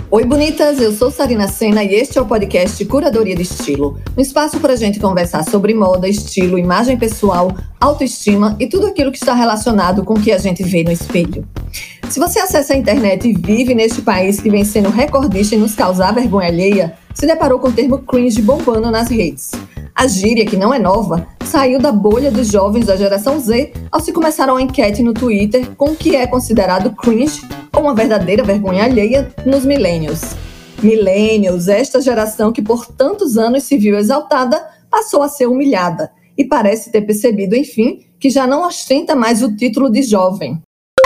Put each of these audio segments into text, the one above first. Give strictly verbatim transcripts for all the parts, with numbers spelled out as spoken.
Oi, bonitas! Eu sou Sarina Sena e este é o podcast Curadoria de Estilo. Um espaço para a gente conversar sobre moda, estilo, imagem pessoal, autoestima e tudo aquilo que está relacionado com o que a gente vê no espelho. Se você acessa a internet e vive neste país que vem sendo recordista em nos causar vergonha alheia, se deparou com o termo cringe bombando nas redes. A gíria, que não é nova, saiu da bolha dos jovens da geração Z ao se começar uma enquete no Twitter com o que é considerado cringe ou uma verdadeira vergonha alheia nos millennials. Millennials, esta geração que por tantos anos se viu exaltada, passou a ser humilhada e parece ter percebido, enfim, que já não ostenta mais o título de jovem.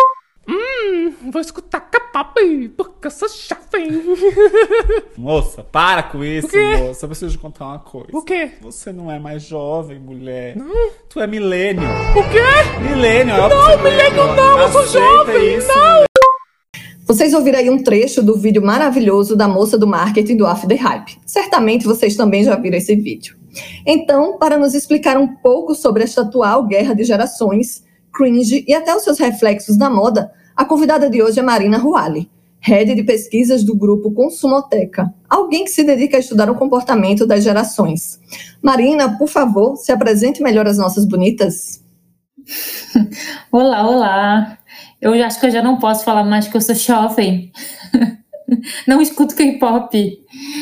Hum, vou escutar K-pop, porque eu sou jovem. Moça, para com isso, moça. Eu preciso te contar uma coisa. O quê? Você não é mais jovem, mulher. Não. Tu é millennial. O quê? Millennial. É Não, millennial não, eu sou jovem, isso, não. mulher. Vocês ouviram aí um trecho do vídeo maravilhoso da moça do marketing do Off The Hype. Certamente vocês também já viram esse vídeo. Então, para nos explicar um pouco sobre esta atual guerra de gerações, cringe e até os seus reflexos na moda, a convidada de hoje é Marina Ruali, head de pesquisas do grupo Consumoteca, alguém que se dedica a estudar o comportamento das gerações. Marina, por favor, se apresente melhor às nossas bonitas. Olá, olá. Eu acho que eu já não posso falar mais que eu sou jovem. Não escuto K-pop.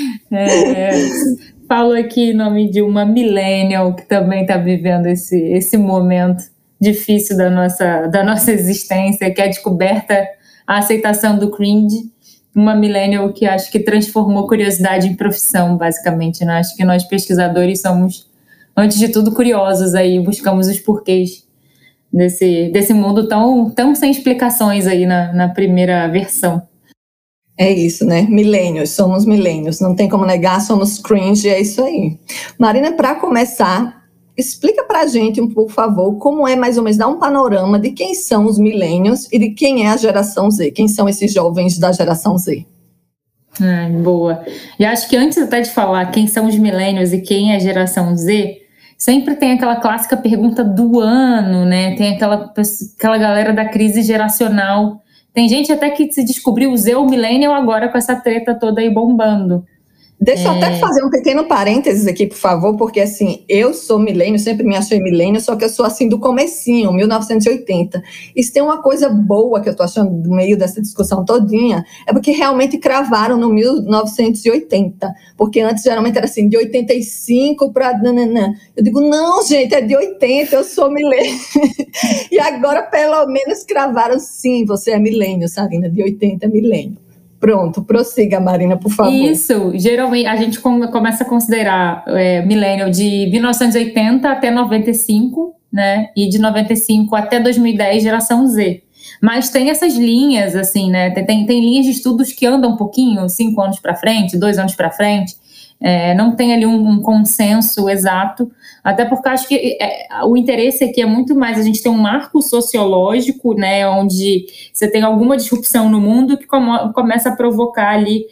É, falo aqui em nome de uma millennial que também está vivendo esse, esse momento difícil da nossa, da nossa existência, que é a descoberta, a aceitação do cringe. Uma millennial que acho que transformou curiosidade em profissão, basicamente, né? Acho que nós pesquisadores somos, antes de tudo, curiosos aí, buscamos os porquês desse, desse mundo tão, tão sem explicações aí na, na primeira versão. É isso, né? Millennials, somos millennials, não tem como negar, somos cringe, é isso aí. Marina, para começar, explica pra gente, por favor, como é mais ou menos, dar um panorama de quem são os millennials e de quem é a geração Z, quem são esses jovens da geração Z. Ah, boa. E acho que antes até de falar quem são os millennials e quem é a geração Z, sempre tem aquela clássica pergunta do ano, né? Tem aquela, aquela galera da crise geracional. Tem gente até que se descobriu o Z ou millennial agora com essa treta toda aí bombando. Deixa eu é... até fazer um pequeno parênteses aqui, por favor, porque assim, eu sou milênio, sempre me achei milênio, só que eu sou assim do comecinho, mil novecentos e oitenta. E se tem uma coisa boa que eu tô achando no meio dessa discussão todinha, é porque realmente cravaram no mil novecentos e oitenta, porque antes geralmente era assim, de oitenta e cinco para nananã. Eu digo, não, gente, é de oitenta, eu sou milênio. E agora, pelo menos, cravaram sim, você é milênio, Sarina, de oitenta é milênio. Pronto, prossiga, Marina, por favor. Isso, geralmente a gente começa a considerar é, millennial de mil novecentos e oitenta até noventa e cinco, né? E de noventa e cinco até dois mil e dez, geração Z. Mas tem essas linhas, assim, né? Tem, tem, tem linhas de estudos que andam um pouquinho, cinco anos para frente, dois anos para frente. É, não tem ali um, um consenso exato, até porque acho que é, o interesse aqui é muito mais a gente ter um marco sociológico, né, onde você tem alguma disrupção no mundo que come, começa a provocar ali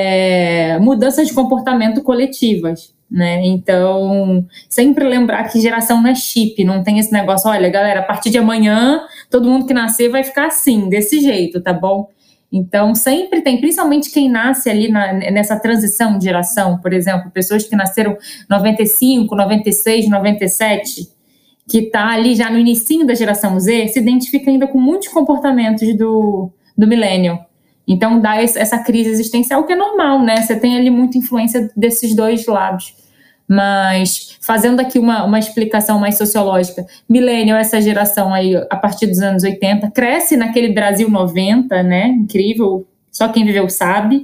é, mudanças de comportamento coletivas, né? Então, sempre lembrar que geração não é chip, não tem esse negócio, olha, galera, a partir de amanhã todo mundo que nascer vai ficar assim, desse jeito, tá bom? Então, sempre tem, principalmente quem nasce ali na, nessa transição de geração, por exemplo, pessoas que nasceram noventa e cinco, noventa e seis, noventa e sete, que está ali já no inicinho da geração Z, se identifica ainda com muitos comportamentos do, do millennial. Então, dá esse, essa crise existencial, que é normal, né? Você tem ali muita influência desses dois lados. Mas, fazendo aqui uma, uma explicação mais sociológica, millennial, essa geração aí, a partir dos anos oitenta, cresce naquele Brasil noventa, né? Incrível, só quem viveu sabe.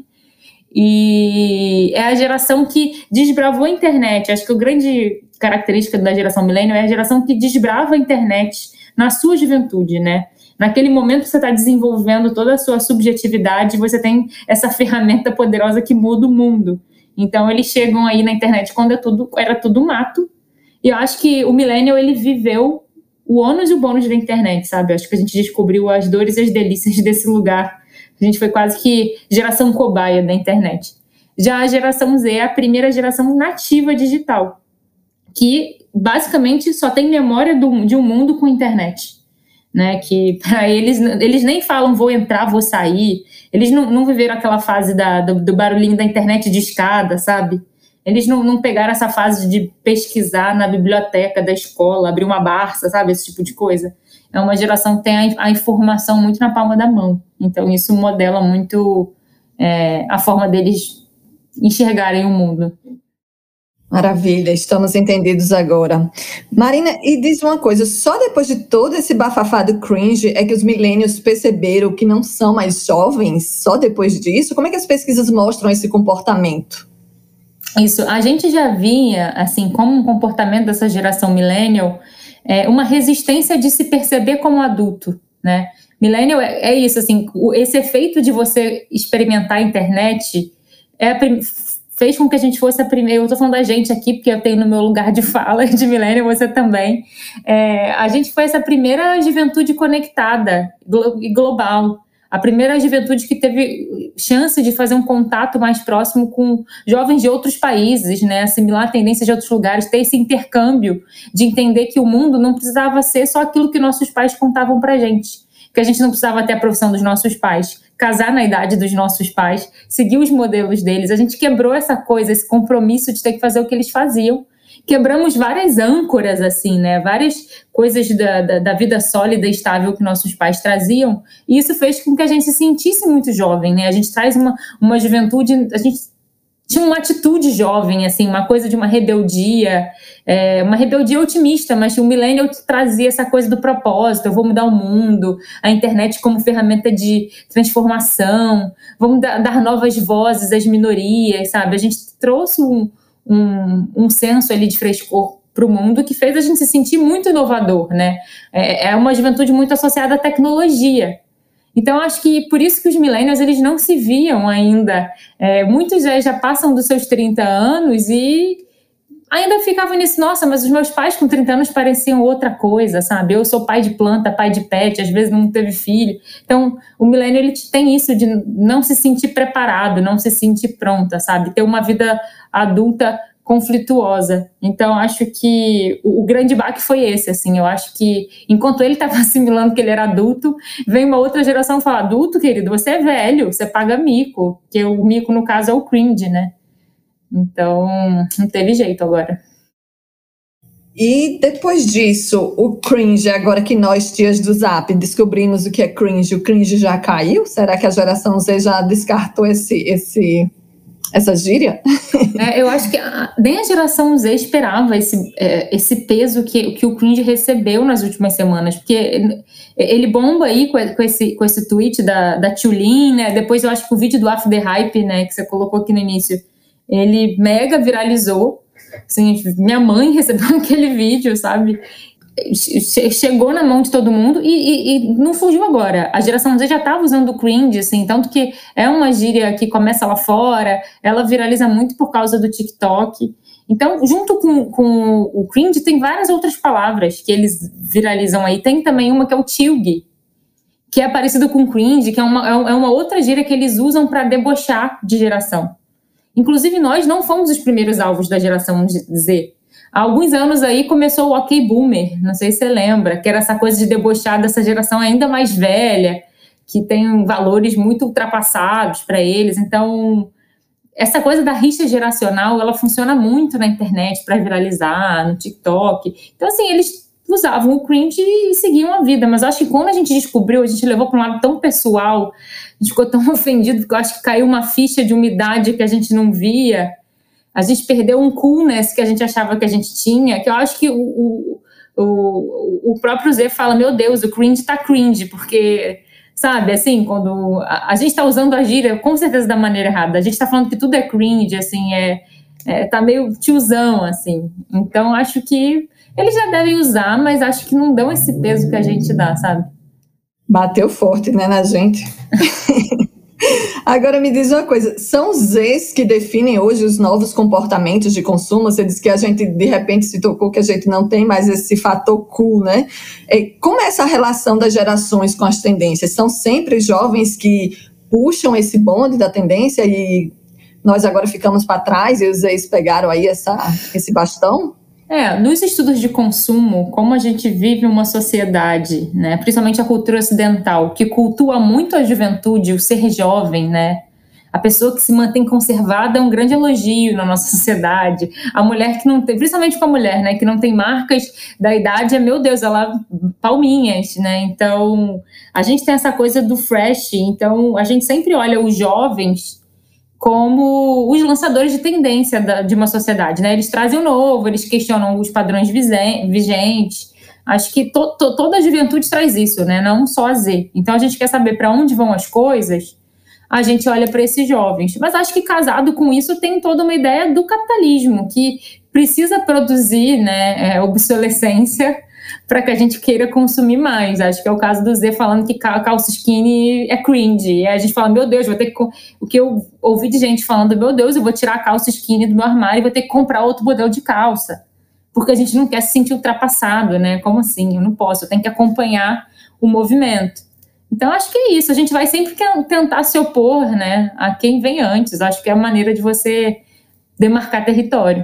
E é a geração que desbravou a internet. Acho que a grande característica da geração millennial é a geração que desbrava a internet na sua juventude, né? Naquele momento que você está desenvolvendo toda a sua subjetividade, você tem essa ferramenta poderosa que muda o mundo. Então, eles chegam aí na internet quando é tudo, era tudo mato. E eu acho que o millennial, ele viveu o ônus e o bônus da internet, sabe? Eu acho que a gente descobriu as dores e as delícias desse lugar. A gente foi quase que geração cobaia da internet. Já a geração Z é a primeira geração nativa digital, que basicamente só tem memória do, de um mundo com internet. né? Que para eles, eles nem falam vou entrar, vou sair. Eles não, não viveram aquela fase da, do, do barulhinho da internet de escada, sabe? Eles não, não pegaram essa fase de pesquisar na biblioteca da escola, abrir uma Barça, sabe? Esse tipo de coisa. É uma geração que tem a, a informação muito na palma da mão. Então, isso modela muito é, a forma deles enxergarem o mundo. Maravilha, estamos entendidos agora. Marina, e diz uma coisa, só depois de todo esse bafafá do cringe é que os millennials perceberam que não são mais jovens? Só depois disso? Como é que as pesquisas mostram esse comportamento? Isso, a gente já via, assim, como um comportamento dessa geração millennial, é, uma resistência de se perceber como adulto, né? Millennial é, é isso, assim, esse efeito de você experimentar a internet é a prim- fez com que a gente fosse a primeira, eu estou falando da gente aqui, porque eu tenho no meu lugar de fala de millennial, você também, é, a gente foi essa primeira juventude conectada e global. A primeira juventude que teve chance de fazer um contato mais próximo com jovens de outros países, né? Assimilar tendências de outros lugares, ter esse intercâmbio de entender que o mundo não precisava ser só aquilo que nossos pais contavam pra gente, que a gente não precisava ter a profissão dos nossos pais, casar na idade dos nossos pais, seguir os modelos deles. A gente quebrou essa coisa, esse compromisso de ter que fazer o que eles faziam. Quebramos várias âncoras, assim, né? Várias coisas da, da, da vida sólida e estável que nossos pais traziam, e isso fez com que a gente se sentisse muito jovem, né? A gente traz uma, uma juventude, a gente tinha uma atitude jovem, assim, uma coisa de uma rebeldia, é, uma rebeldia otimista, mas o millennial trazia essa coisa do propósito, eu vou mudar o mundo, a internet como ferramenta de transformação, vamos dar, dar novas vozes às minorias, sabe? A gente trouxe um Um, um senso ali de frescor para o mundo que fez a gente se sentir muito inovador, né? É, é uma juventude muito associada à tecnologia. Então, acho que por isso que os millennials, eles não se viam ainda. É, muitos já, já passam dos seus trinta anos e ainda ficavam nisso, nossa, mas os meus pais com trinta anos pareciam outra coisa, sabe? Eu sou pai de planta, pai de pet, às vezes não teve filho. Então, o millennial, ele tem isso de não se sentir preparado, não se sentir pronta, sabe? Ter uma vida adulta conflituosa. Então, acho que o, o grande baque foi esse, assim. Eu acho que, enquanto ele estava assimilando que ele era adulto, vem uma outra geração e fala, adulto, querido, você é velho, você paga mico. Que o mico, no caso, é o cringe, né? Então, não teve jeito agora. E depois disso, o cringe, agora que nós, tias do Zap, descobrimos o que é cringe, o cringe já caiu? Será que a geração Z já descartou esse, esse, essa gíria? É, eu acho que a, nem a geração Z esperava esse, é, esse peso que, que o cringe recebeu nas últimas semanas, porque ele, ele bomba aí com, com, esse, com esse tweet da, da Tulin, né? Depois eu acho que o vídeo do After Hype, né, que você colocou aqui no início, ele mega viralizou, assim, minha mãe recebeu aquele vídeo, sabe, chegou na mão de todo mundo e, e, e não fugiu agora. A geração Z já estava usando o cringe, assim, tanto que é uma gíria que começa lá fora, ela viraliza muito por causa do TikTok. Então, junto com, com o cringe, tem várias outras palavras que eles viralizam aí. Tem também uma que é o tilg, que é parecido com cringe, que é uma, é uma outra gíria que eles usam para debochar de geração. Inclusive, nós não fomos os primeiros alvos da geração Z. Há alguns anos aí começou o Ok Boomer, não sei se você lembra, que era essa coisa de debochar dessa geração ainda mais velha, que tem valores muito ultrapassados para eles. Então, essa coisa da rixa geracional, ela funciona muito na internet para viralizar, no TikTok. Então, assim, eles usavam o cringe e seguiam a vida. Mas eu acho que quando a gente descobriu, a gente levou para um lado tão pessoal, a gente ficou tão ofendido, porque eu acho que caiu uma ficha de umidade que a gente não via. A gente perdeu um coolness que a gente achava que a gente tinha, que eu acho que o, o, o, o próprio Z fala, meu Deus, o cringe tá cringe, porque, sabe, assim, quando a, a gente tá usando a gíria, com certeza da maneira errada, a gente tá falando que tudo é cringe, assim, é, é, tá meio tiozão, assim. Então, acho que eles já devem usar, mas acho que não dão esse peso que a gente dá, sabe? Bateu forte, né, na gente. Agora me diz uma coisa, são os Zs que definem hoje os novos comportamentos de consumo? Você disse que a gente, de repente, se tocou que a gente não tem mais esse fator cool, né? Como é essa relação das gerações com as tendências? São sempre jovens que puxam esse bonde da tendência e nós agora ficamos para trás e os Zs pegaram aí essa, esse bastão? É, nos estudos de consumo, como a gente vive uma sociedade, né, principalmente a cultura ocidental, que cultua muito a juventude, o ser jovem, né, a pessoa que se mantém conservada é um grande elogio na nossa sociedade. A mulher que não tem, principalmente com a mulher, né, que não tem marcas da idade, é, meu Deus, ela palminhas, né? Então, a gente tem essa coisa do fresh, então a gente sempre olha os jovens como os lançadores de tendência da, de uma sociedade, né? Eles trazem o novo, eles questionam os padrões vigentes. Acho que to, to, toda a juventude traz isso, né? Não só a Z. Então, a gente quer saber para onde vão as coisas, a gente olha para esses jovens. Mas acho que casado com isso tem toda uma ideia do capitalismo, que precisa produzir, né, é, obsolescência para que a gente queira consumir mais. Acho que é o caso do Z falando que calça skinny é cringe. E a gente fala, meu Deus, vou ter que... O que eu ouvi de gente falando, meu Deus, eu vou tirar a calça skinny do meu armário e vou ter que comprar outro modelo de calça. Porque a gente não quer se sentir ultrapassado, né? Como assim? Eu não posso, eu tenho que acompanhar o movimento. Então, acho que é isso. A gente vai sempre tentar se opor, né, a quem vem antes. Acho que é a maneira de você demarcar território.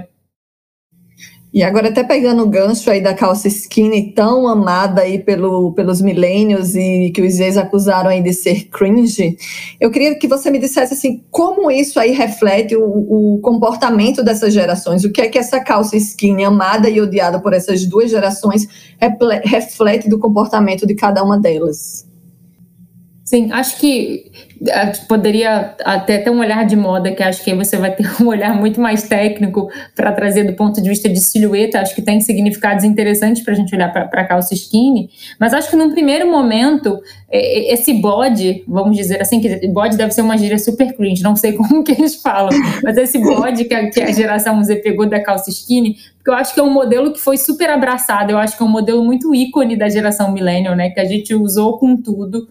E agora, até pegando o gancho aí da calça skinny, tão amada aí pelo, pelos millennials e que os ex acusaram aí de ser cringe, eu queria que você me dissesse assim, como isso aí reflete o, o comportamento dessas gerações, o que é que essa calça skinny amada e odiada por essas duas gerações reflete do comportamento de cada uma delas? Sim, acho que poderia até ter um olhar de moda, que acho que aí você vai ter um olhar muito mais técnico para trazer do ponto de vista de silhueta. Acho que tem significados interessantes para a gente olhar para a calça skinny, mas acho que num primeiro momento, esse bode, vamos dizer assim, que bode deve ser uma gíria super cringe, não sei como que eles falam, mas esse bode que a, que a geração Z pegou da calça skinny, porque eu acho que é um modelo que foi super abraçado, eu acho que é um modelo muito ícone da geração millennial, né, que a gente usou com tudo.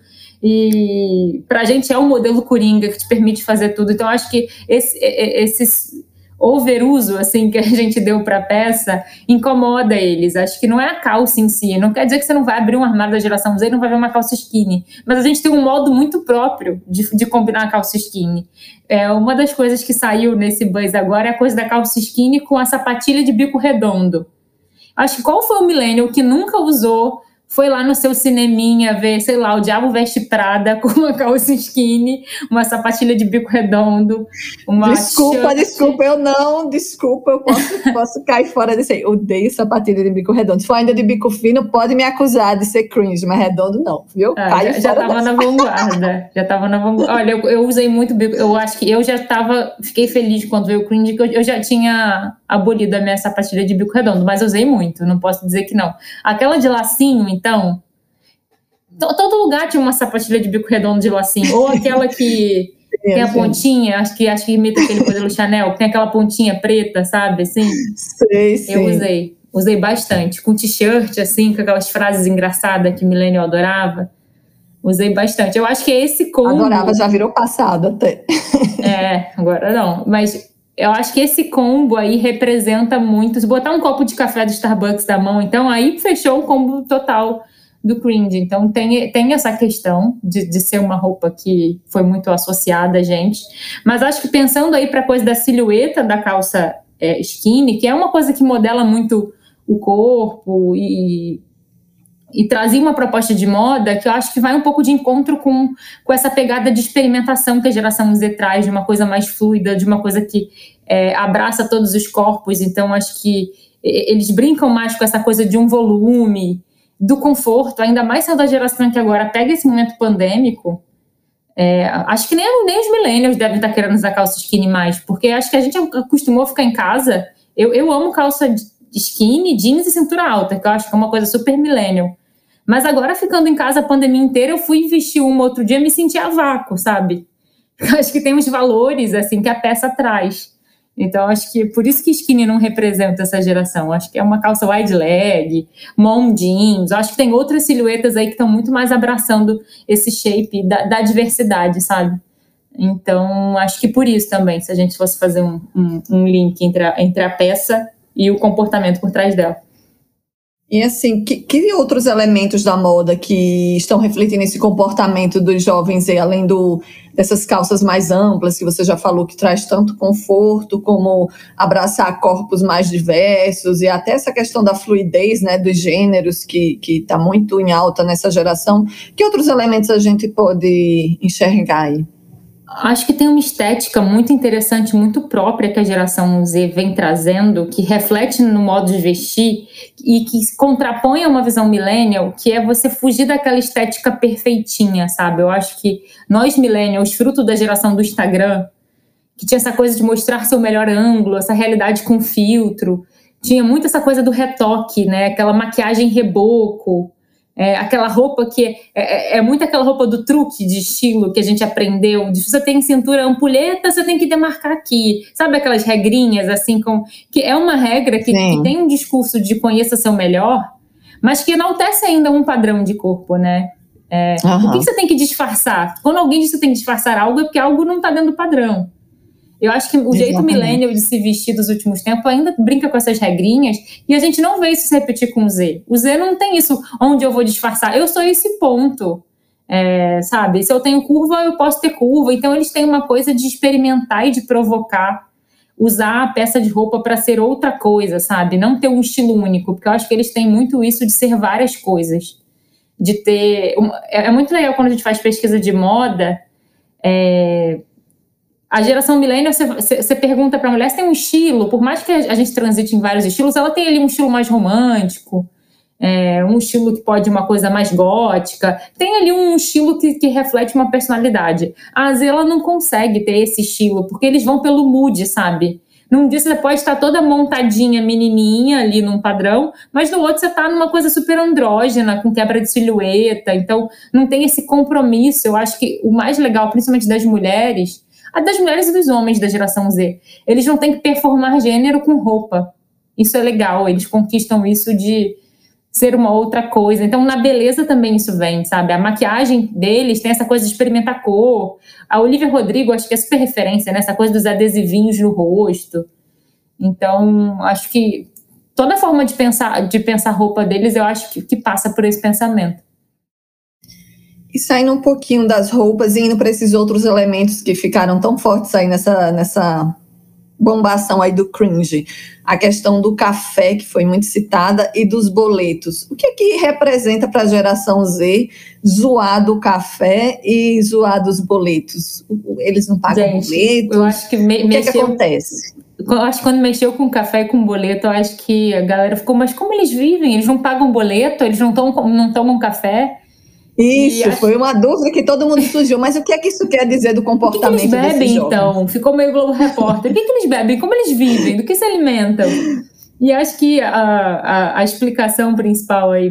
E pra gente é um modelo coringa que te permite fazer tudo. Então, acho que esse, esse overuso assim, que a gente deu pra peça incomoda eles. Acho que não é a calça em si. Não quer dizer que você não vai abrir um armário da geração Z e não vai ver uma calça skinny. Mas a gente tem um modo muito próprio de, de combinar a calça skinny. É, uma das coisas que saiu nesse buzz agora é a coisa da calça skinny com a sapatilha de bico redondo. Acho que qual foi o millennial que nunca usou, foi lá no seu cineminha ver, sei lá, o Diabo Veste Prada com uma calça skinny, uma sapatilha de bico redondo, uma Desculpa, shirt. desculpa, eu não, desculpa, eu posso, posso cair fora desse aí. Odeio sapatilha de bico redondo. Se for ainda de bico fino, pode me acusar de ser cringe, mas redondo não, viu? Ah, já, já tava dessa. na vanguarda, já tava na vanguarda. Olha, eu, eu usei muito bico, eu acho que eu já tava, fiquei feliz quando veio o cringe, que eu, eu já tinha abolido a minha sapatilha de bico redondo, mas eu usei muito, não posso dizer que não. Aquela de lacinho, então, todo lugar tinha uma sapatilha de bico redondo de lacinho, ou aquela que tem a pontinha, acho que, acho que imita aquele modelo Chanel, tem aquela pontinha preta, sabe, assim? Sei, sim. Eu usei, usei bastante, com t-shirt, assim, com aquelas frases engraçadas que millennial adorava, usei bastante. Eu acho que é esse combo... Adorava, já virou passado até. É, agora não, mas... Eu acho que esse combo aí representa muito. Se botar um copo de café do Starbucks na mão, então aí fechou o combo total do cringe. Então tem, tem essa questão de, de ser uma roupa que foi muito associada a gente. Mas acho que pensando aí para a coisa da silhueta da calça é, skinny, que é uma coisa que modela muito o corpo e... e trazia uma proposta de moda que eu acho que vai um pouco de encontro com, com essa pegada de experimentação que a geração Z traz, de uma coisa mais fluida, de uma coisa que é, abraça todos os corpos. Então, acho que eles brincam mais com essa coisa de um volume, do conforto, ainda mais sendo a geração que agora pega esse momento pandêmico. É, acho que nem, nem os millennials devem estar querendo usar calça skinny mais, porque acho que a gente acostumou a ficar em casa. Eu, eu amo calça skinny, jeans e cintura alta, que eu acho que é uma coisa super millennial. Mas agora, ficando em casa a pandemia inteira, eu fui vestir uma outro dia e me senti a vácuo, sabe? Eu acho que tem uns valores, assim, que a peça traz. Então, acho que por isso que skinny não representa essa geração. Acho que é uma calça wide leg, mom jeans. Acho que tem outras silhuetas aí que estão muito mais abraçando esse shape da, da diversidade, sabe? Então, acho que por isso também, se a gente fosse fazer um, um, um link entre a, entre a peça e o comportamento por trás dela. E assim, que, que outros elementos da moda que estão refletindo esse comportamento dos jovens, e além do, dessas calças mais amplas, que você já falou que traz tanto conforto, como abraçar corpos mais diversos, e até essa questão da fluidez, né, dos gêneros, que está muito em alta nessa geração. Que outros elementos a gente pode enxergar aí? Acho que tem uma estética muito interessante, muito própria que a geração Z vem trazendo, que reflete no modo de vestir e que se contrapõe a uma visão millennial, que é você fugir daquela estética perfeitinha, sabe? Eu acho que nós millennials, fruto da geração do Instagram, que tinha essa coisa de mostrar seu melhor ângulo, essa realidade com filtro, tinha muito essa coisa do retoque, né? Aquela maquiagem reboco, É, aquela roupa que é, é, é muito aquela roupa do truque de estilo que a gente aprendeu, de você tem cintura ampulheta, você tem que demarcar aqui, sabe aquelas regrinhas assim, com, que é uma regra que, que tem um discurso de conheça seu melhor, mas que enaltece ainda um padrão de corpo, né? É, uhum. O que você tem que disfarçar? Quando alguém diz que você tem que disfarçar algo, é porque algo não está dentro do padrão. Eu acho que o Exatamente. jeito millennial de se vestir dos últimos tempos ainda brinca com essas regrinhas e a gente não vê isso se repetir com o Z. O Z não tem isso onde eu vou disfarçar. Eu sou esse ponto, é, sabe? Se eu tenho curva, eu posso ter curva. Então eles têm uma coisa de experimentar e de provocar, usar a peça de roupa para ser outra coisa, sabe? Não ter um estilo único, porque eu acho que eles têm muito isso de ser várias coisas. De ter... É muito legal quando a gente faz pesquisa de moda, é... A geração millennial, você pergunta para a mulher se tem um estilo, por mais que a gente transite em vários estilos, ela tem ali um estilo mais romântico, é, um estilo que pode uma coisa mais gótica, tem ali um estilo que, que reflete uma personalidade. A Z, ela não consegue ter esse estilo, porque eles vão pelo mood, sabe? Num dia você pode estar toda montadinha, menininha ali num padrão, mas no outro você está numa coisa super andrógena, com quebra de silhueta, então não tem esse compromisso. Eu acho que o mais legal, principalmente das mulheres, a das mulheres e dos homens da geração Z, eles não têm que performar gênero com roupa. Isso é legal, eles conquistam isso de ser uma outra coisa. Então, na beleza também isso vem, sabe? A maquiagem deles tem essa coisa de experimentar cor. A Olivia Rodrigo, acho que é super referência, né? Essa coisa dos adesivinhos no rosto. Então, acho que toda forma de pensar, de pensar roupa deles, eu acho que, que passa por esse pensamento. E saindo um pouquinho das roupas e indo para esses outros elementos que ficaram tão fortes aí nessa, nessa bombação aí do cringe. A questão do café, que foi muito citada, e dos boletos. O que é que representa para a geração Z zoar do café e zoar dos boletos? Eles não pagam Gente, boletos? Eu acho que me- o que mexeu... é que acontece? Eu acho que quando mexeu com café e com boleto, eu acho que a galera ficou, mas como eles vivem? Eles não pagam boleto? Eles não tomam, não tomam café? Isso, acho... foi uma dúvida que todo mundo surgiu. Mas o que é que isso quer dizer do comportamento desses jovens? O que, que eles bebem, então? Ficou meio Globo Repórter. O que, que eles bebem? Como eles vivem? Do que se alimentam? E acho que a, a, a explicação principal aí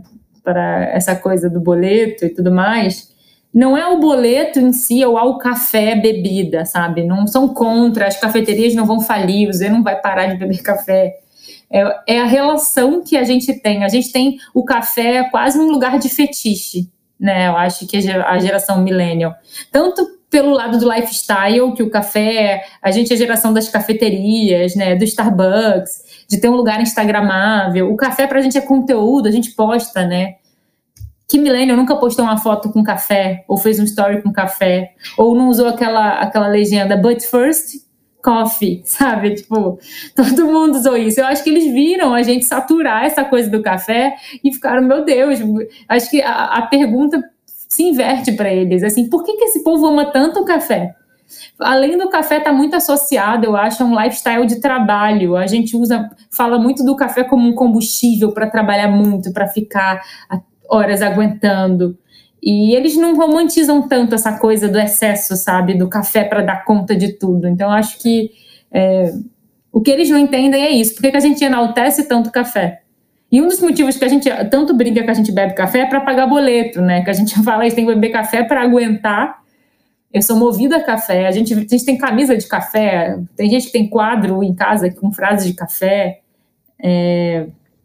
para essa coisa do boleto e tudo mais não é o boleto em si ou ao café bebida, sabe? Não são contra, as cafeterias não vão falir, o Zé não vai parar de beber café. É, é a relação que a gente tem. A gente tem o café quase um lugar de fetiche, né? Eu acho que a geração millennial. Tanto pelo lado do lifestyle, que o café... A gente é a geração das cafeterias, né? Do Starbucks, de ter um lugar instagramável. O café pra gente é conteúdo, a gente posta, né? Que millennial nunca postou uma foto com café, ou fez um story com café, ou não usou aquela, aquela legenda, but first... coffee, sabe? Tipo, todo mundo usou isso. Eu acho que eles viram a gente saturar essa coisa do café e ficaram, meu Deus, acho que a, a pergunta se inverte para eles, assim, por que que esse povo ama tanto o café? Além do café estar tá muito associado, eu acho, a um lifestyle de trabalho. A gente usa, fala muito do café como um combustível para trabalhar muito, para ficar horas aguentando. E eles não romantizam tanto essa coisa do excesso, sabe? Do café para dar conta de tudo. Então, acho que é, o que eles não entendem é isso. Por que que a gente enaltece tanto o café? E um dos motivos que a gente tanto brinca que a gente bebe café é para pagar boleto, né? Que a gente fala que tem que beber café para aguentar. Eu sou movida a café. A gente, a gente tem camisa de café. Tem gente que tem quadro em casa com frases de café. É...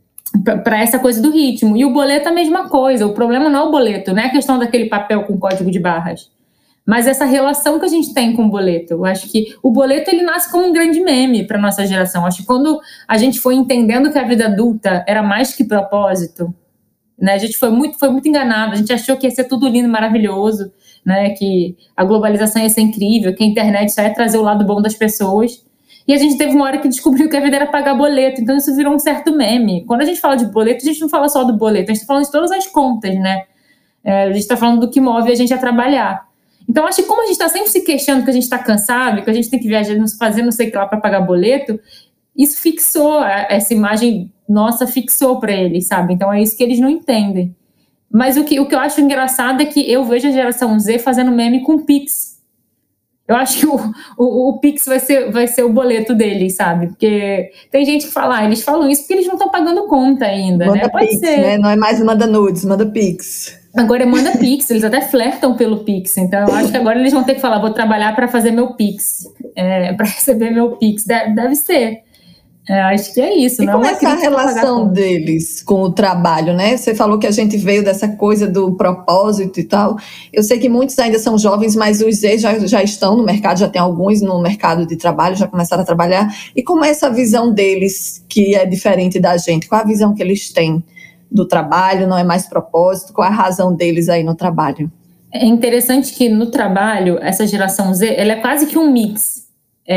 para essa coisa do ritmo. E o boleto é a mesma coisa. O problema não é o boleto, não é a questão daquele papel com código de barras. mas essa relação que a gente tem com o boleto. Eu acho que o boleto ele nasce como um grande meme para nossa geração. Eu acho que quando a gente foi entendendo que a vida adulta era mais que propósito, né, a gente foi muito, foi muito enganado, a gente achou que ia ser tudo lindo, maravilhoso, né, que a globalização ia ser incrível, que a internet só ia trazer o lado bom das pessoas. E a gente teve uma hora que descobriu que a vida era pagar boleto, então isso virou um certo meme. Quando a gente fala de boleto, a gente não fala só do boleto, a gente está falando de todas as contas, né? É, a gente está falando do que move a gente a trabalhar. Então, acho que como a gente está sempre se queixando que a gente está cansado, que a gente tem que viajar, nos fazer não sei o que lá para pagar boleto, isso fixou, essa imagem nossa fixou para eles, sabe? Então, é isso que eles não entendem. Mas o que, o que eu acho engraçado é que eu vejo a geração Z fazendo meme com Pix. Eu acho que o, o, o Pix vai ser, vai ser o boleto deles, sabe? Porque tem gente que fala, ah, eles falam isso porque eles não estão pagando conta ainda, manda né? Pode Pix, ser. Né? Não é mais manda nudes, manda Pix. Agora é manda Pix, eles até flertam pelo Pix. Então eu acho que agora eles vão ter que falar, vou trabalhar para fazer meu Pix, é, para receber meu Pix. Deve, deve ser. É, acho que é isso. E não como é é essa relação deles com o trabalho, né? Você falou que a gente veio dessa coisa do propósito e tal. Eu sei que muitos ainda são jovens, mas os Z já, já estão no mercado, já tem alguns no mercado de trabalho, já começaram a trabalhar. E como é essa visão deles, que é diferente da gente? Qual a visão que eles têm do trabalho? Não é mais propósito? Qual a razão deles aí no trabalho? É interessante que no trabalho, essa geração Z, ela é quase que um mix.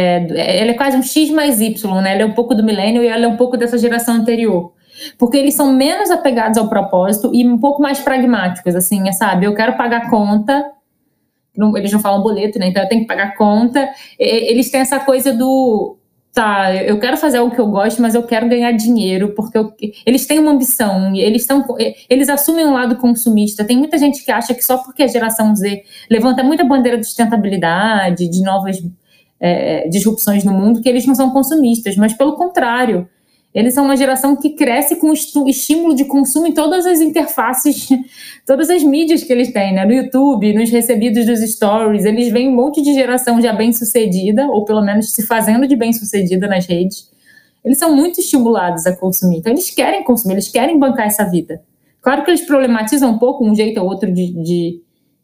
É, ela é quase um X mais Y, né? Ela é um pouco do millennial e ela é um pouco dessa geração anterior. Porque eles são menos apegados ao propósito e um pouco mais pragmáticos, assim, sabe? Eu quero pagar conta, não, eles não falam boleto, né? Então eu tenho que pagar conta. Eles têm essa coisa do, tá, eu quero fazer algo que eu gosto, mas eu quero ganhar dinheiro, porque eu, eles têm uma ambição, eles, tão, eles assumem um lado consumista. Tem muita gente que acha que só porque a geração Z levanta muita bandeira de sustentabilidade, de novas É, disrupções no mundo, que eles não são consumistas, mas pelo contrário, eles são uma geração que cresce com estímulo de consumo em todas as interfaces, todas as mídias que eles têm, né? No YouTube, nos recebidos dos stories, eles veem um monte de geração já bem sucedida, ou pelo menos se fazendo de bem sucedida nas redes. Eles são muito estimulados a consumir, então eles querem consumir, eles querem bancar essa vida. Claro que eles problematizam um pouco um jeito ou outro de, de,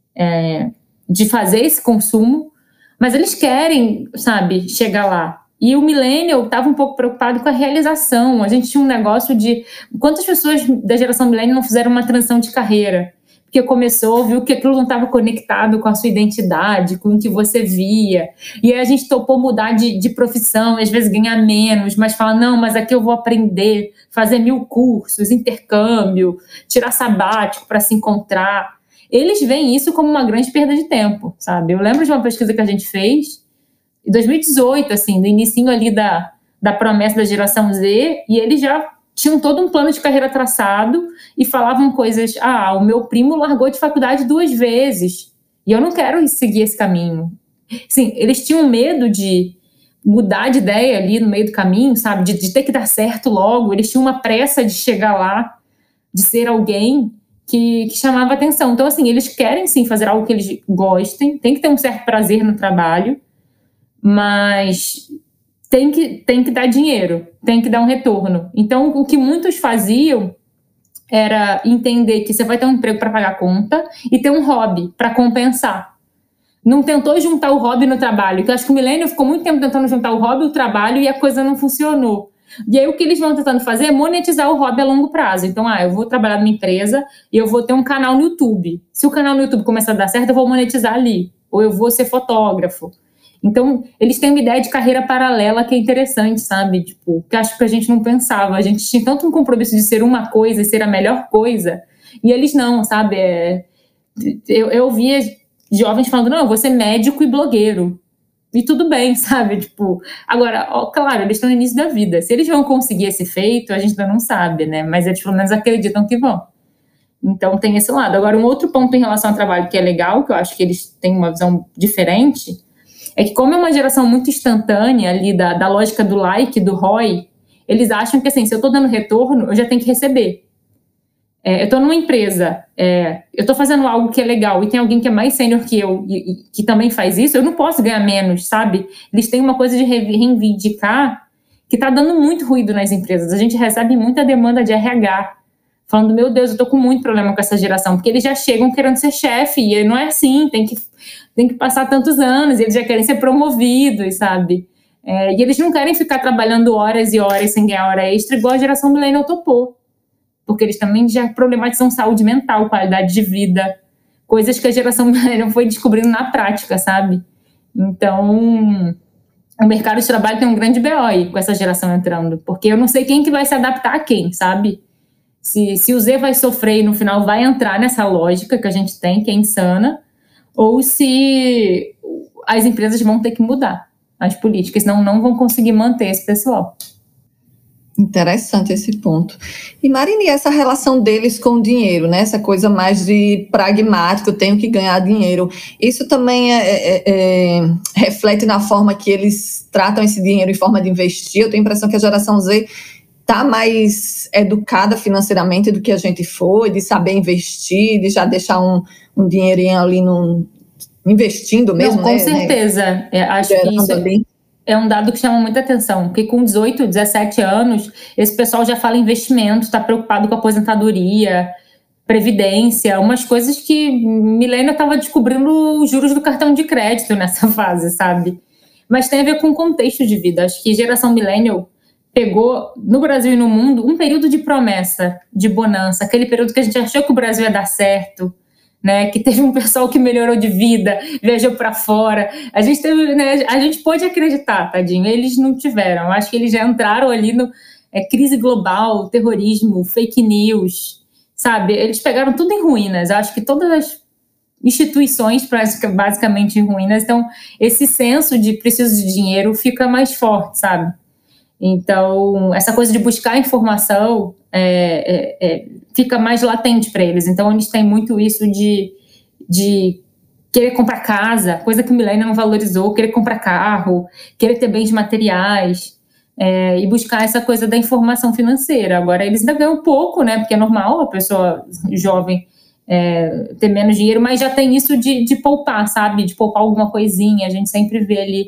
é, de fazer esse consumo, mas eles querem, sabe, chegar lá. E o millennial estava um pouco preocupado com a realização. A gente tinha um negócio de... Quantas pessoas da geração millennial não fizeram uma transição de carreira? Porque começou, viu que aquilo não estava conectado com a sua identidade, com o que você via. E aí a gente topou mudar de, de profissão, às vezes ganhar menos, mas fala, não, mas aqui eu vou aprender, fazer mil cursos, intercâmbio, tirar sabático para se encontrar. Eles veem isso como uma grande perda de tempo, sabe? Eu lembro de uma pesquisa que a gente fez em dois mil e dezoito, assim, do inicinho ali da, da promessa da geração Z, e eles já tinham todo um plano de carreira traçado e falavam coisas, ah, o meu primo largou de faculdade duas vezes, e eu não quero seguir esse caminho. Sim, eles tinham medo de mudar de ideia ali no meio do caminho, sabe? De, de ter que dar certo logo, eles tinham uma pressa de chegar lá, de ser alguém Que, que chamava atenção. Então, assim, eles querem sim fazer algo que eles gostem, tem que ter um certo prazer no trabalho, mas tem que, tem que dar dinheiro, tem que dar um retorno. Então, o que muitos faziam era entender que você vai ter um emprego para pagar a conta e ter um hobby para compensar. Não tentou juntar o hobby no trabalho, que eu acho que o millennial ficou muito tempo tentando juntar o hobby e o trabalho e a coisa não funcionou. E aí o que eles vão tentando fazer é monetizar o hobby a longo prazo. Então, ah, eu vou trabalhar numa empresa e eu vou ter um canal no YouTube. Se o canal no YouTube começar a dar certo, eu vou monetizar ali. Ou eu vou ser fotógrafo. Então, eles têm uma ideia de carreira paralela que é interessante, sabe? Tipo, que acho que a gente não pensava. A gente tinha tanto um compromisso de ser uma coisa e ser a melhor coisa. E eles não, sabe? É... Eu, eu via jovens falando, não, eu vou ser médico e blogueiro. E tudo bem, sabe? Tipo, agora, ó, claro, eles estão no início da vida. Se eles vão conseguir esse feito, a gente ainda não sabe, né? Mas eles pelo menos acreditam que vão. Então tem esse lado. Agora, um outro ponto em relação ao trabalho que é legal, que eu acho que eles têm uma visão diferente, é que como é uma geração muito instantânea ali da, da lógica do like, do R O I, eles acham que assim, se eu tô dando retorno, eu já tenho que receber. É, eu estou numa empresa, é, eu estou fazendo algo que é legal e tem alguém que é mais sênior que eu e, e que também faz isso, eu não posso ganhar menos, sabe? Eles têm uma coisa de reivindicar que está dando muito ruído nas empresas. A gente recebe muita demanda de R H falando, meu Deus, eu tô com muito problema com essa geração, porque eles já chegam querendo ser chefe, e não é assim, tem que, tem que passar tantos anos, e eles já querem ser promovidos, sabe? É, e eles não querem ficar trabalhando horas e horas sem ganhar hora extra, igual a geração millennial topou. Porque eles também já problematizam saúde mental, qualidade de vida, coisas que a geração millennial foi descobrindo na prática, sabe? Então, o mercado de trabalho tem um grande B O aí com essa geração entrando, porque eu não sei quem que vai se adaptar a quem, sabe? Se, se o Z vai sofrer e no final vai entrar nessa lógica que a gente tem, que é insana, ou se as empresas vão ter que mudar as políticas, senão não vão conseguir manter esse pessoal. Interessante esse ponto. E Marina, e essa relação deles com o dinheiro, né? Essa coisa mais de pragmático, tenho que ganhar dinheiro. Isso também é, é, é, reflete na forma que eles tratam esse dinheiro em forma de investir. Eu tenho a impressão que a geração Z está mais educada financeiramente do que a gente foi, de saber investir, de já deixar um, um dinheirinho ali no, investindo mesmo. Não, com né? certeza. É, acho Gerando que isso ali. é um dado que chama muita atenção, porque com dezoito, dezessete anos, esse pessoal já fala em investimento, está preocupado com aposentadoria, previdência, umas coisas que milênio estava descobrindo os juros do cartão de crédito nessa fase, sabe? Mas tem a ver com o contexto de vida. Acho que geração millennial pegou, no Brasil e no mundo, um período de promessa, de bonança, aquele período que a gente achou que o Brasil ia dar certo, né, que teve um pessoal que melhorou de vida, viajou para fora. A gente teve, né, a gente pôde acreditar, tadinho. Eles não tiveram. Acho que eles já entraram ali no é, crise global, terrorismo, fake news, sabe? Eles pegaram tudo em ruínas. Acho que todas as instituições basicamente em ruínas. Então, esse senso de preciso de dinheiro fica mais forte, sabe? Então, essa coisa de buscar informação é, é, é, fica mais latente para eles. Então, eles têm muito isso de, de querer comprar casa, coisa que o milênio não valorizou, querer comprar carro, querer ter bens materiais, é, e buscar essa coisa da informação financeira. Agora, eles ainda ganham pouco, né? Porque é normal a pessoa jovem é, ter menos dinheiro, mas já tem isso de, de poupar, sabe? De poupar alguma coisinha. A gente sempre vê ali...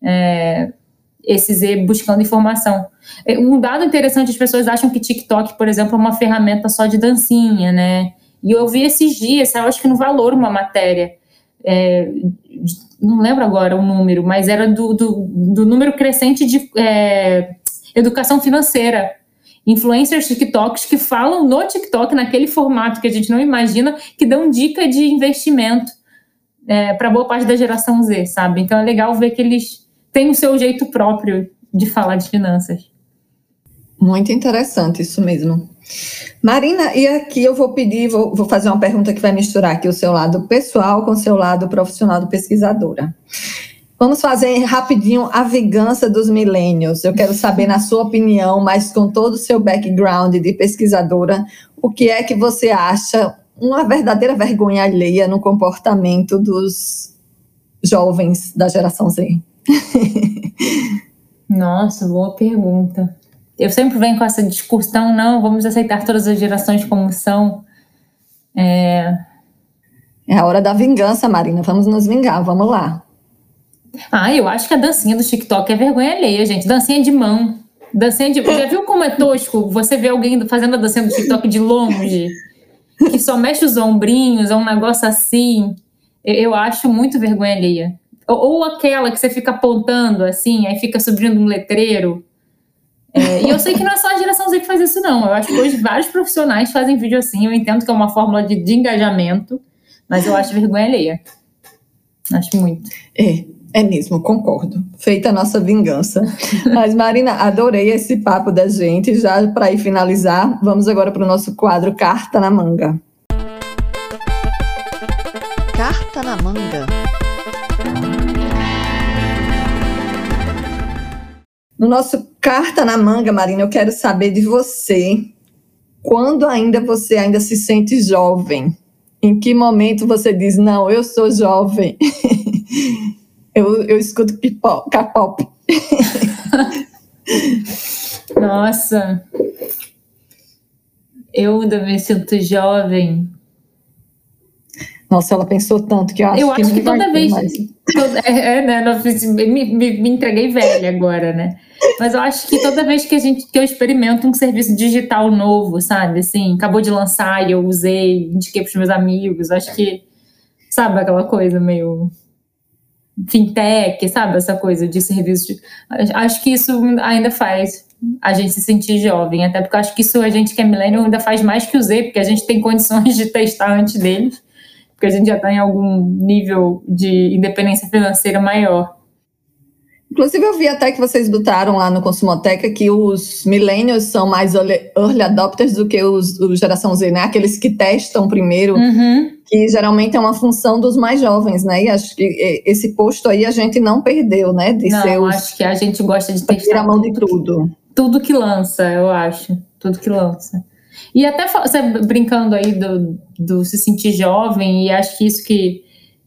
É, esse Z buscando informação. Um dado interessante, as pessoas acham que TikTok, por exemplo, é uma ferramenta só de dancinha, né? E eu vi esses dias, eu acho que no Valor, uma matéria, é, não lembro agora o número, mas era do, do, do número crescente de é, educação financeira. Influencers TikToks que falam no TikTok, naquele formato que a gente não imagina, que dão dica de investimento é, para boa parte da geração Z, sabe? Então é legal ver que eles tem o seu jeito próprio de falar de finanças. Muito interessante, isso mesmo. Marina, e aqui eu vou pedir, vou, vou fazer uma pergunta que vai misturar aqui o seu lado pessoal com o seu lado profissional de pesquisadora. Vamos fazer rapidinho a vingança dos millennials. Eu quero saber, na sua opinião, mas com todo o seu background de pesquisadora, o que é que você acha uma verdadeira vergonha alheia no comportamento dos jovens da geração Z? Nossa, boa pergunta. Eu sempre venho com essa discussão, não, vamos aceitar todas as gerações como são. É, é a hora da vingança, Marina, vamos nos vingar, vamos lá. Ah, eu acho que a dancinha do TikTok é vergonha alheia, gente. Dancinha de mão. Dancinha de... Já viu como é tosco você ver alguém fazendo a dancinha do TikTok de longe? Que só mexe os ombrinhos, é um negócio assim. Eu acho muito vergonha alheia. Ou aquela que você fica apontando assim, aí fica subindo um letreiro. É, e eu sei que não é só a geração Z que faz isso, não. Eu acho que hoje vários profissionais fazem vídeo assim. Eu entendo que é uma fórmula de, de engajamento, mas eu acho vergonha alheia. Acho muito. É, é mesmo, concordo. Feita a nossa vingança. Mas, Marina, adorei esse papo da gente. Já para ir finalizar, vamos agora para o nosso quadro Carta na Manga. Carta na Manga. No nosso Carta na Manga, Marina, eu quero saber de você, quando ainda você ainda se sente jovem? Em que momento você diz, não, eu sou jovem, eu, eu escuto K-pop. Nossa, eu ainda me sinto jovem. Nossa, ela pensou tanto que eu acho eu que acho que não vai toda ter vez mais. É, né? Me, me, me entreguei velha agora, né? Mas eu acho que toda vez que, a gente, que eu experimento um serviço digital novo, sabe? Assim, acabou de lançar e eu usei, indiquei para os meus amigos. Acho que, sabe, aquela coisa meio fintech, sabe? Essa coisa de serviço. De, acho que isso ainda faz a gente se sentir jovem. Até porque eu acho que isso a gente que é millennial ainda faz mais que o Z, porque a gente tem condições de testar antes deles. Porque a gente já está em algum nível de independência financeira maior. Inclusive, eu vi até que vocês botaram lá no Consumoteca que os millennials são mais early adopters do que os, os geração Z, né? Aqueles que testam primeiro, uhum. que geralmente é uma função dos mais jovens, né? E acho que esse posto aí a gente não perdeu, né? De não, ser os, acho que a gente gosta de testar tirar a mão de tudo. Tudo que lança, eu acho. Tudo que lança. E até você brincando aí do, do se sentir jovem, e acho que isso que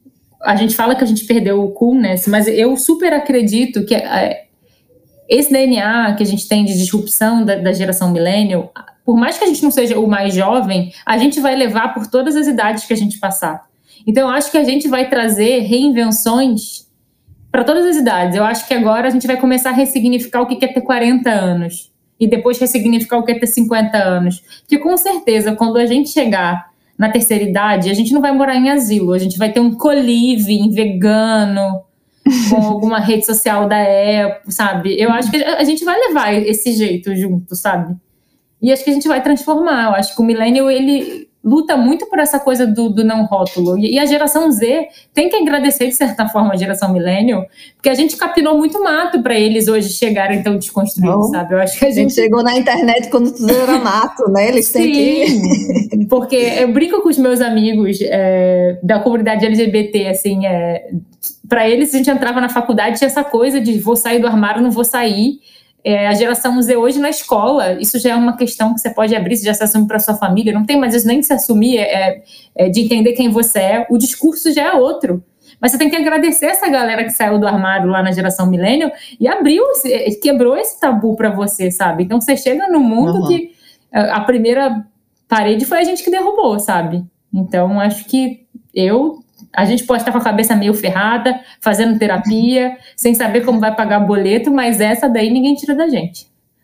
a gente fala que a gente perdeu o coolness, mas eu super acredito que é, esse D N A que a gente tem de disrupção da, da geração millennial, por mais que a gente não seja o mais jovem, a gente vai levar por todas as idades que a gente passar. Então eu acho que a gente vai trazer reinvenções para todas as idades. Eu acho que agora a gente vai começar a ressignificar o que é ter quarenta anos. E depois ressignificar o que é ter cinquenta anos. Porque com certeza, quando a gente chegar na terceira idade, a gente não vai morar em asilo. A gente vai ter um co-living vegano, com alguma rede social da época, sabe? Eu acho que a gente vai levar esse jeito junto, sabe? E acho que a gente vai transformar. Eu acho que o millennial, ele luta muito por essa coisa do, do não rótulo. E, e a geração Z tem que agradecer, de certa forma, a geração millennial, porque a gente capinou muito mato para eles hoje chegarem tão desconstruídos, sabe? Eu acho que a gente... a gente chegou na internet quando tudo era mato, né? Eles têm que... Porque eu brinco com os meus amigos é, da comunidade L G B T, assim, é, para eles a gente entrava na faculdade, tinha essa coisa de vou sair do armário, não vou sair. É, a geração Z hoje na escola, isso já é uma questão que você pode abrir, você já se assume para sua família, não tem mais isso nem de se assumir, é, é de entender quem você é, o discurso já é outro. Mas você tem que agradecer essa galera que saiu do armário lá na geração millennial e abriu, quebrou esse tabu para você, sabe? Então você chega num mundo uhum. que a primeira parede foi a gente que derrubou, sabe? Então acho que eu... A gente pode estar com a cabeça meio ferrada, fazendo terapia, sem saber como vai pagar boleto, mas essa daí ninguém tira da gente.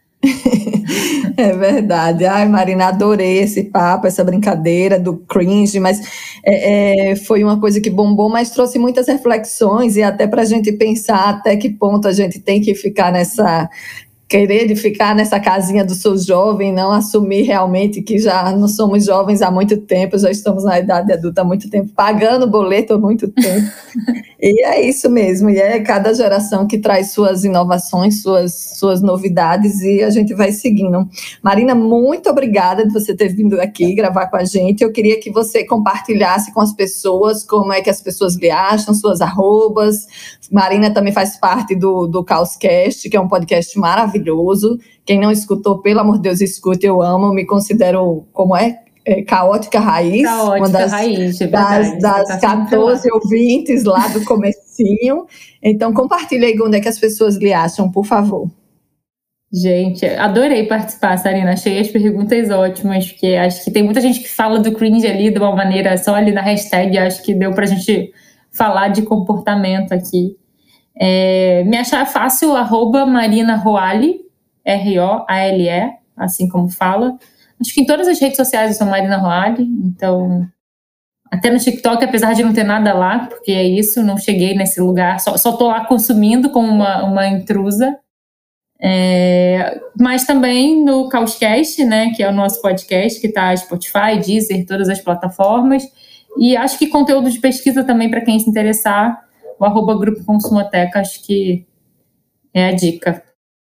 É verdade. Ai, Marina, adorei esse papo, essa brincadeira do cringe, mas é, é, foi uma coisa que bombou, mas trouxe muitas reflexões e até para a gente pensar até que ponto a gente tem que ficar nessa... querer de ficar nessa casinha do sou jovem, não assumir realmente que já não somos jovens há muito tempo, já estamos na idade adulta há muito tempo, pagando boleto há muito tempo. E é isso mesmo, e é cada geração que traz suas inovações, suas, suas novidades, e a gente vai seguindo. Marina, muito obrigada de você ter vindo aqui gravar com a gente. Eu queria que você compartilhasse com as pessoas como é que as pessoas lhe acham, suas arrobas. Marina também faz parte do, do Caoscast, que é um podcast maravilhoso. Quem não escutou, pelo amor de Deus, escute, eu amo, me considero, como é? É, caótica raiz, caótica uma das, raiz, é das, das tá catorze ouvintes lá do comecinho. Então, compartilha aí onde é que as pessoas lhe acham, por favor. Gente, adorei participar, Sarina. Achei as perguntas ótimas, porque acho que tem muita gente que fala do cringe ali de uma maneira só ali na hashtag. Acho que deu pra gente falar de comportamento aqui. É, me achar fácil, arroba Marina Roali, R O A L E, assim como fala. Acho que em todas as redes sociais eu sou Marina Roali, então até no TikTok, apesar de não ter nada lá, porque é isso, não cheguei nesse lugar, só, só tô lá consumindo como uma, uma intrusa. É, mas também no Caoscast, né, que é o nosso podcast, que tá Spotify, Deezer, todas as plataformas. E acho que conteúdo de pesquisa também, para quem se interessar, o arroba Grupo Consumoteca, acho que é a dica.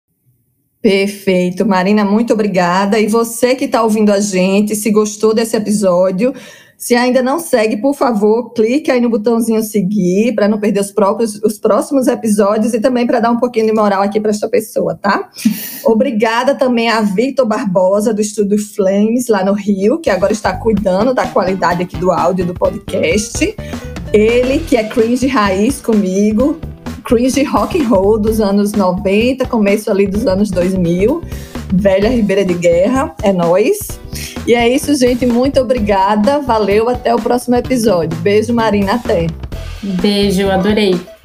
Perfeito, Marina, muito obrigada. E você que está ouvindo a gente, se gostou desse episódio, se ainda não segue, por favor, clique aí no botãozinho seguir para não perder os, próprios, os próximos episódios e também para dar um pouquinho de moral aqui para esta pessoa, tá? Obrigada também a Victor Barbosa, do Estúdio Flames, lá no Rio, que agora está cuidando da qualidade aqui do áudio do podcast. Ele, que é cringe raiz comigo, cringe rock and roll dos anos noventa, começo ali dos anos dois mil, velha Ribeira de Guerra, é nóis. E é isso, gente, muito obrigada, valeu, até o próximo episódio. Beijo, Marina, até. Beijo, adorei.